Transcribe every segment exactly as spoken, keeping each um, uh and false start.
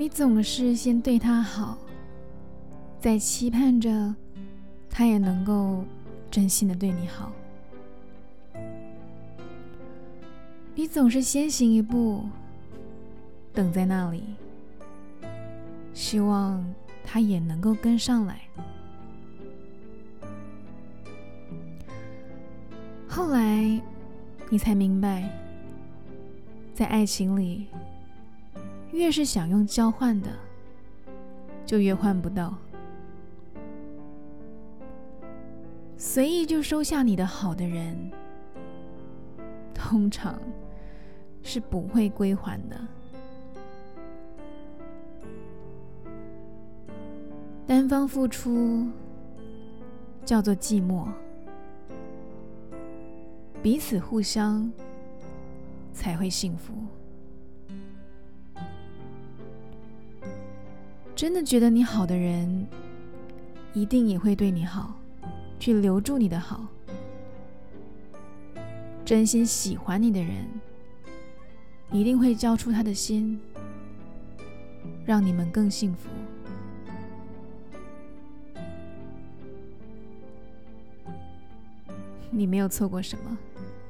你总是先对他好，再期盼着他也能够真心的对你好。你总是先行一步，等在那里，希望他也能够跟上来。后来你才明白，在爱情里，越是想用交换的，就越换不到。随意就收下你的好的人，通常是不会归还的。单方付出叫做寂寞，彼此互相才会幸福。真的觉得你好的人，一定也会对你好，去留住你的好。真心喜欢你的人，一定会交出他的心，让你们更幸福。你没有错过什么，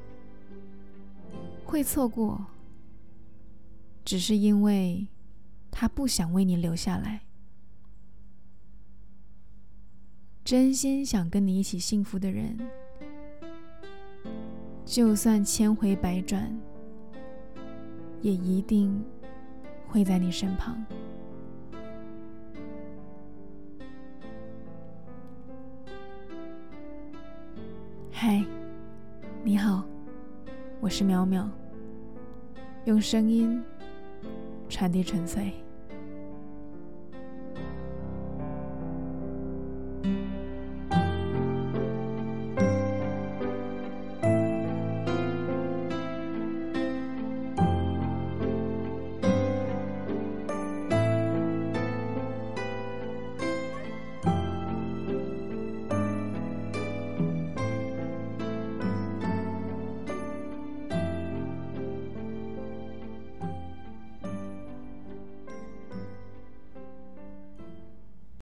会错过，只是因为他不想为你留下来。真心想跟你一起幸福的人，就算千回百转，也一定会在你身旁。嗨，你好，我是淼淼，用声音传递纯粹。